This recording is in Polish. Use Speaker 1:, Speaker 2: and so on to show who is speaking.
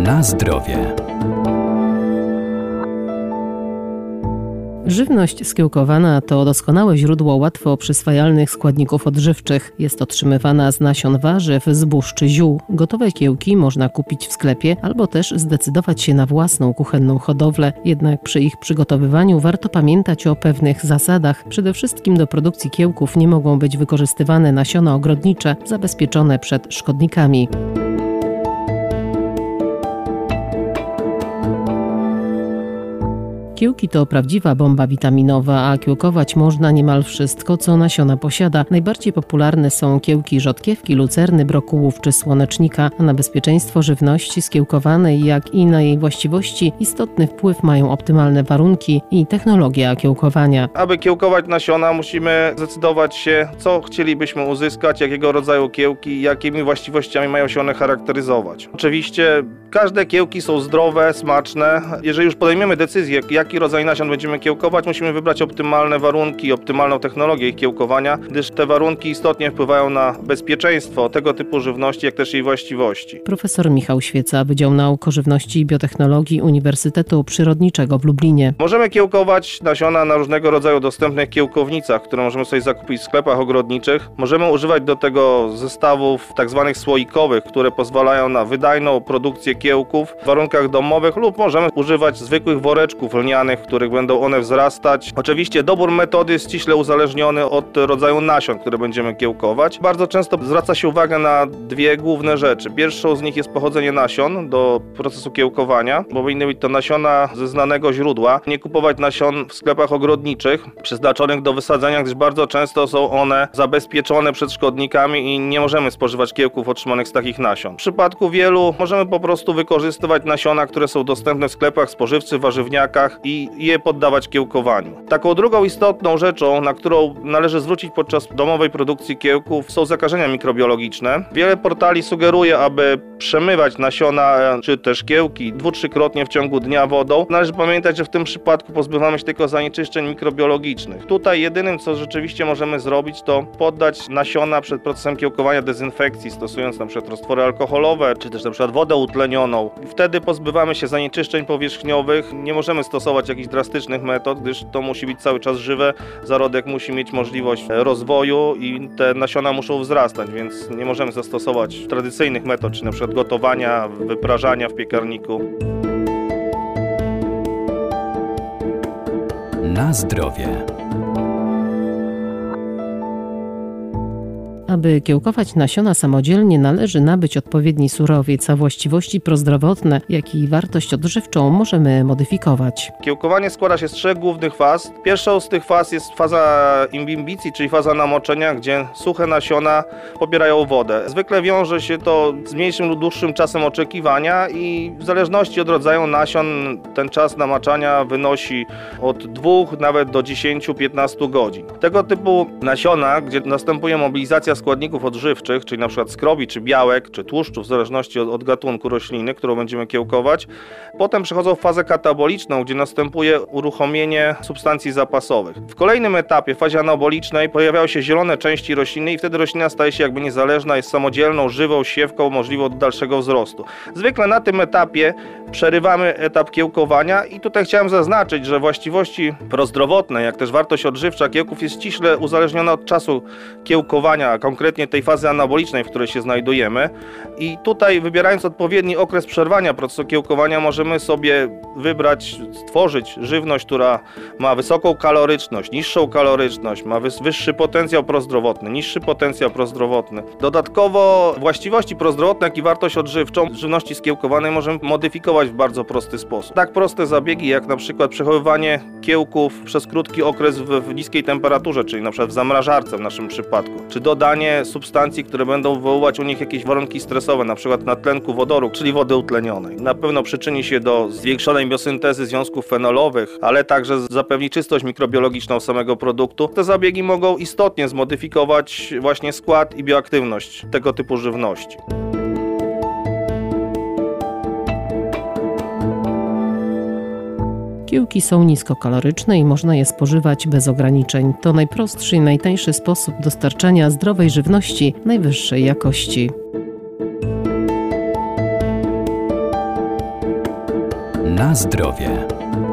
Speaker 1: Na zdrowie.
Speaker 2: Żywność skiełkowana to doskonałe źródło łatwo przyswajalnych składników odżywczych. Jest otrzymywana z nasion warzyw, zbóż czy ziół. Gotowe kiełki można kupić w sklepie albo też zdecydować się na własną kuchenną hodowlę. Jednak przy ich przygotowywaniu warto pamiętać o pewnych zasadach. Przede wszystkim do produkcji kiełków nie mogą być wykorzystywane nasiona ogrodnicze zabezpieczone przed szkodnikami. Kiełki to prawdziwa bomba witaminowa, a kiełkować można niemal wszystko, co nasiona posiada. Najbardziej popularne są kiełki rzodkiewki, lucerny, brokułów czy słonecznika. A na bezpieczeństwo żywności skiełkowanej, jak i na jej właściwości istotny wpływ mają optymalne warunki i technologia kiełkowania.
Speaker 3: Aby kiełkować nasiona, musimy zdecydować się, co chcielibyśmy uzyskać, jakiego rodzaju kiełki, jakimi właściwościami mają się one charakteryzować. Oczywiście każde kiełki są zdrowe, smaczne. Jeżeli już podejmiemy decyzję, jaki rodzaj nasion będziemy kiełkować, musimy wybrać optymalne warunki, optymalną technologię ich kiełkowania, gdyż te warunki istotnie wpływają na bezpieczeństwo tego typu żywności, jak też jej właściwości.
Speaker 2: Profesor Michał Świeca, Wydział Nauk o Żywności i Biotechnologii Uniwersytetu Przyrodniczego w Lublinie.
Speaker 3: Możemy kiełkować nasiona na różnego rodzaju dostępnych kiełkownicach, które możemy sobie zakupić w sklepach ogrodniczych. Możemy używać do tego zestawów tak zwanych słoikowych, które pozwalają na wydajną produkcję kiełków w warunkach domowych, lub możemy używać zwykłych woreczków lnianych, w których będą one wzrastać. Oczywiście dobór metody jest ściśle uzależniony od rodzaju nasion, które będziemy kiełkować. Bardzo często zwraca się uwagę na dwie główne rzeczy. Pierwszą z nich jest pochodzenie nasion do procesu kiełkowania, bo powinny być to nasiona ze znanego źródła. Nie kupować nasion w sklepach ogrodniczych przeznaczonych do wysadzenia, gdyż bardzo często są one zabezpieczone przed szkodnikami i nie możemy spożywać kiełków otrzymanych z takich nasion. W przypadku wielu możemy po prostu wykorzystywać nasiona, które są dostępne w sklepach spożywczych, warzywniakach i je poddawać kiełkowaniu. Taką drugą istotną rzeczą, na którą należy zwrócić podczas domowej produkcji kiełków, są zakażenia mikrobiologiczne. Wiele portali sugeruje, aby przemywać nasiona czy też kiełki 2-3-krotnie w ciągu dnia wodą. Należy pamiętać, że w tym przypadku pozbywamy się tylko zanieczyszczeń mikrobiologicznych. Tutaj jedynym, co rzeczywiście możemy zrobić, to poddać nasiona przed procesem kiełkowania dezynfekcji, stosując na przykład roztwory alkoholowe, czy też na przykład wodę utlenioną. Wtedy pozbywamy się zanieczyszczeń powierzchniowych. Nie możemy stosować jakichś drastycznych metod, gdyż to musi być cały czas żywe. Zarodek musi mieć możliwość rozwoju i te nasiona muszą wzrastać, więc nie możemy zastosować tradycyjnych metod, czy na przykład gotowania, wyprażania w piekarniku.
Speaker 1: Na zdrowie.
Speaker 2: Aby kiełkować nasiona samodzielnie, należy nabyć odpowiedni surowiec, a właściwości prozdrowotne, jak i wartość odżywczą możemy modyfikować.
Speaker 3: Kiełkowanie składa się z 3 głównych faz. Pierwszą z tych faz jest faza imbimbicji, czyli faza namoczenia, gdzie suche nasiona pobierają wodę. Zwykle wiąże się to z mniejszym lub dłuższym czasem oczekiwania i w zależności od rodzaju nasion ten czas namaczania wynosi od 2 nawet do 10-15 godzin. Tego typu nasiona, gdzie następuje mobilizacja składników odżywczych, czyli na przykład skrobi, czy białek, czy tłuszczu, w zależności od gatunku rośliny, którą będziemy kiełkować. Potem przechodzą w fazę kataboliczną, gdzie następuje uruchomienie substancji zapasowych. W kolejnym etapie, w fazie anabolicznej, pojawiają się zielone części rośliny i wtedy roślina staje się jakby niezależna, jest samodzielną, żywą siewką możliwą do dalszego wzrostu. Zwykle na tym etapie przerywamy etap kiełkowania i tutaj chciałem zaznaczyć, że właściwości prozdrowotne, jak też wartość odżywcza kiełków jest ściśle uzależniona od czasu kiełkowania, konkretnie tej fazy anabolicznej, w której się znajdujemy. I tutaj, wybierając odpowiedni okres przerwania procesu kiełkowania, możemy sobie wybrać, stworzyć żywność, która ma wysoką kaloryczność, niższą kaloryczność, ma wyższy potencjał prozdrowotny, niższy potencjał prozdrowotny. Dodatkowo właściwości prozdrowotne, jak i wartość odżywczą żywności skiełkowanej możemy modyfikować w bardzo prosty sposób. Tak proste zabiegi, jak na przykład przechowywanie kiełków przez krótki okres w niskiej temperaturze, czyli na przykład w zamrażarce w naszym przypadku, czy dodanie substancji, które będą wywoływać u nich jakieś warunki stresowe, na przykład nadtlenku wodoru, czyli wody utlenionej. Na pewno przyczyni się do zwiększonej biosyntezy związków fenolowych, ale także zapewni czystość mikrobiologiczną samego produktu. Te zabiegi mogą istotnie zmodyfikować właśnie skład i bioaktywność tego typu żywności.
Speaker 2: Kiełki są niskokaloryczne i można je spożywać bez ograniczeń. To najprostszy i najtańszy sposób dostarczania zdrowej żywności najwyższej jakości.
Speaker 1: Na zdrowie.